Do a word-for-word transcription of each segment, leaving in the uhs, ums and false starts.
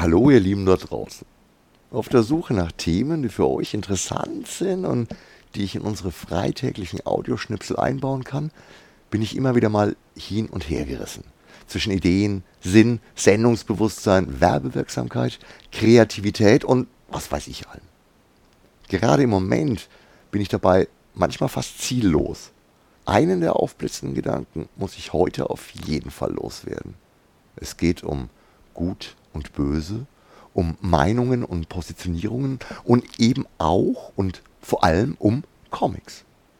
Hallo ihr Lieben da draußen. Auf der Suche nach Themen, die für euch interessant sind und die ich in unsere freitäglichen Audioschnipsel einbauen kann, bin ich immer wieder mal hin und her gerissen. Zwischen Ideen, Sinn, Sendungsbewusstsein, Werbewirksamkeit, Kreativität und was weiß ich allem. Gerade im Moment bin ich dabei manchmal fast ziellos. Einen der aufblitzenden Gedanken muss ich heute auf jeden Fall loswerden. Es geht um Gut und Böse, um Meinungen und Positionierungen und eben auch und vor allem um Comics.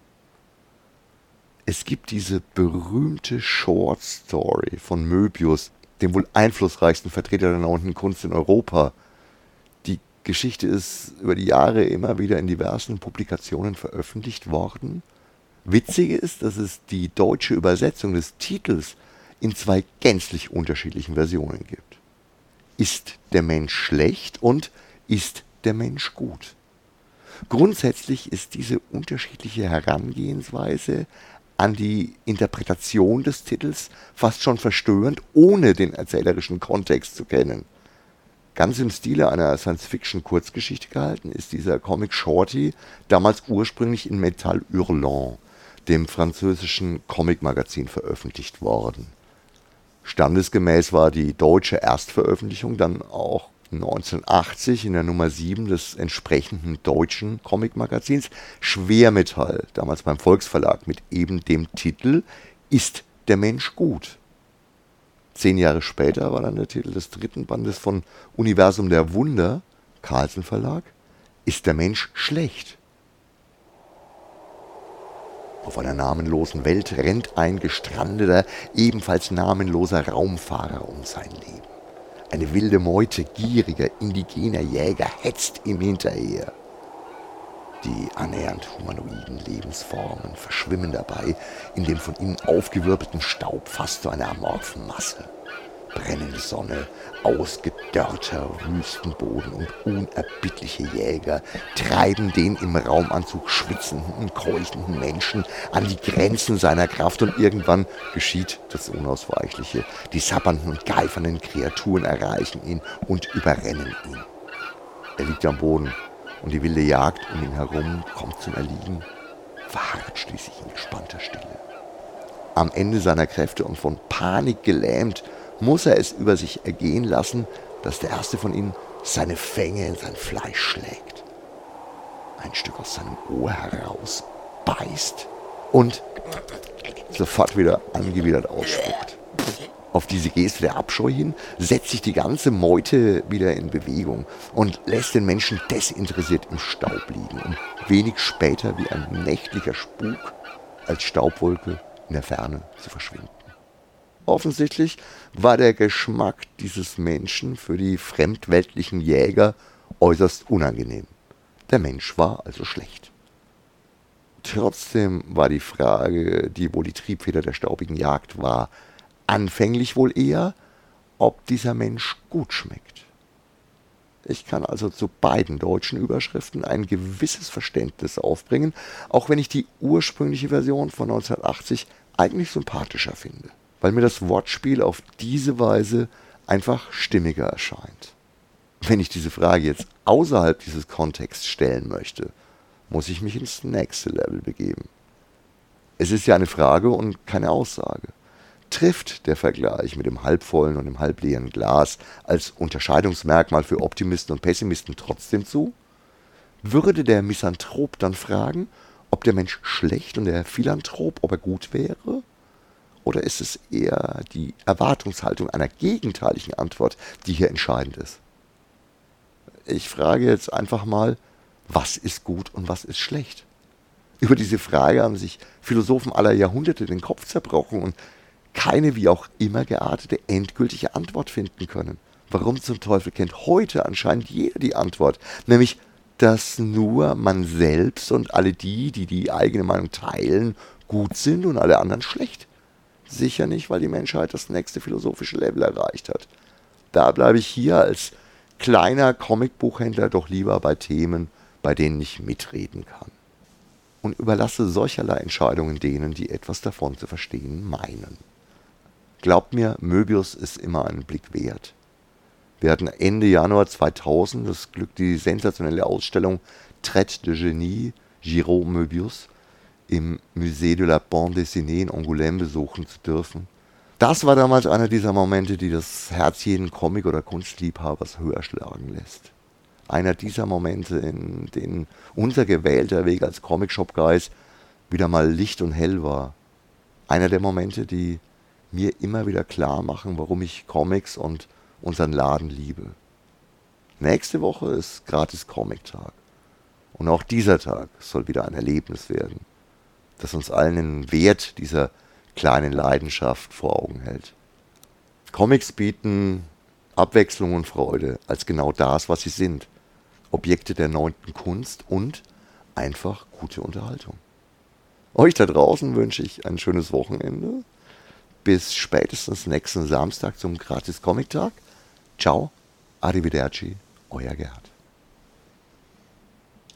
Es gibt diese berühmte Short Story von Möbius, dem wohl einflussreichsten Vertreter der neunten Kunst in Europa. Die Geschichte ist über die Jahre immer wieder in diversen Publikationen veröffentlicht worden. Witzige ist, dass es die deutsche Übersetzung des Titels in zwei gänzlich unterschiedlichen Versionen gibt. Ist der Mensch schlecht und ist der Mensch gut? Grundsätzlich ist diese unterschiedliche Herangehensweise an die Interpretation des Titels fast schon verstörend, ohne den erzählerischen Kontext zu kennen. Ganz im Stile einer Science-Fiction-Kurzgeschichte gehalten ist dieser Comic Shorty damals ursprünglich in Metal Hurlant, dem französischen Comic-Magazin, veröffentlicht worden. Standesgemäß war die deutsche Erstveröffentlichung dann auch neunzehnhundertachtzig in der Nummer sieben des entsprechenden deutschen Comic-Magazins Schwermetall, damals beim Volksverlag, mit eben dem Titel Ist der Mensch gut? Zehn Jahre später war dann der Titel des dritten Bandes von Universum der Wunder, Carlsen Verlag, Ist der Mensch schlecht? Auf einer namenlosen Welt rennt ein gestrandeter, ebenfalls namenloser Raumfahrer um sein Leben. Eine wilde Meute gieriger, indigener Jäger hetzt ihm hinterher. Die annähernd humanoiden Lebensformen verschwimmen dabei in dem von ihnen aufgewirbelten Staub fast zu einer amorphen Masse. Brennende Sonne, ausgedörrter Wüstenboden und unerbittliche Jäger treiben den im Raumanzug schwitzenden und keuchenden Menschen an die Grenzen seiner Kraft und irgendwann geschieht das Unausweichliche. Die sappernden und geifernden Kreaturen erreichen ihn und überrennen ihn. Er liegt am Boden und die wilde Jagd um ihn herum kommt zum Erliegen, verharrt schließlich in gespannter Stille. Am Ende seiner Kräfte und von Panik gelähmt, muss er es über sich ergehen lassen, dass der erste von ihnen seine Fänge in sein Fleisch schlägt, ein Stück aus seinem Ohr heraus beißt und sofort wieder angewidert ausspuckt. Auf diese Geste der Abscheu hin setzt sich die ganze Meute wieder in Bewegung und lässt den Menschen desinteressiert im Staub liegen, um wenig später wie ein nächtlicher Spuk als Staubwolke in der Ferne zu verschwinden. Offensichtlich war der Geschmack dieses Menschen für die fremdweltlichen Jäger äußerst unangenehm. Der Mensch war also schlecht. Trotzdem war die Frage, die wohl die Triebfeder der staubigen Jagd war, anfänglich wohl eher, ob dieser Mensch gut schmeckt. Ich kann also zu beiden deutschen Überschriften ein gewisses Verständnis aufbringen, auch wenn ich die ursprüngliche Version von neunzehnhundertachtzig eigentlich sympathischer finde, weil mir das Wortspiel auf diese Weise einfach stimmiger erscheint. Wenn ich diese Frage jetzt außerhalb dieses Kontexts stellen möchte, muss ich mich ins nächste Level begeben. Es ist ja eine Frage und keine Aussage. Trifft der Vergleich mit dem halbvollen und dem halbleeren Glas als Unterscheidungsmerkmal für Optimisten und Pessimisten trotzdem zu? Würde der Misanthrop dann fragen, ob der Mensch schlecht und der Philanthrop, ob er gut wäre? Oder ist es eher die Erwartungshaltung einer gegenteiligen Antwort, die hier entscheidend ist? Ich frage jetzt einfach mal, was ist gut und was ist schlecht? Über diese Frage haben sich Philosophen aller Jahrhunderte den Kopf zerbrochen und keine wie auch immer geartete endgültige Antwort finden können. Warum zum Teufel kennt heute anscheinend jeder die Antwort? Nämlich, dass nur man selbst und alle die, die die eigene Meinung teilen, gut sind und alle anderen schlecht. Sicher nicht, weil die Menschheit das nächste philosophische Level erreicht hat. Da bleibe ich hier als kleiner Comicbuchhändler doch lieber bei Themen, bei denen ich mitreden kann. Und überlasse solcherlei Entscheidungen denen, die etwas davon zu verstehen meinen. Glaubt mir, Möbius ist immer einen Blick wert. Wir hatten Ende Januar zweitausend das Glück, die sensationelle Ausstellung Traite de Génie, Giraud Möbius im Musée de la Bande Dessinée in Angoulême besuchen zu dürfen. Das war damals einer dieser Momente, die das Herz jeden Comic- oder Kunstliebhabers höher schlagen lässt. Einer dieser Momente, in denen unser gewählter Weg als Comic-Shop-Guys wieder mal licht und hell war. Einer der Momente, die mir immer wieder klar machen, warum ich Comics und unseren Laden liebe. Nächste Woche ist gratis Comic-Tag. Und auch dieser Tag soll wieder ein Erlebnis werden, das uns allen den Wert dieser kleinen Leidenschaft vor Augen hält. Comics bieten Abwechslung und Freude als genau das, was sie sind. Objekte der neunten Kunst und einfach gute Unterhaltung. Euch da draußen wünsche ich ein schönes Wochenende. Bis spätestens nächsten Samstag zum Gratis Comic Tag. Ciao, arrivederci, euer Gerd.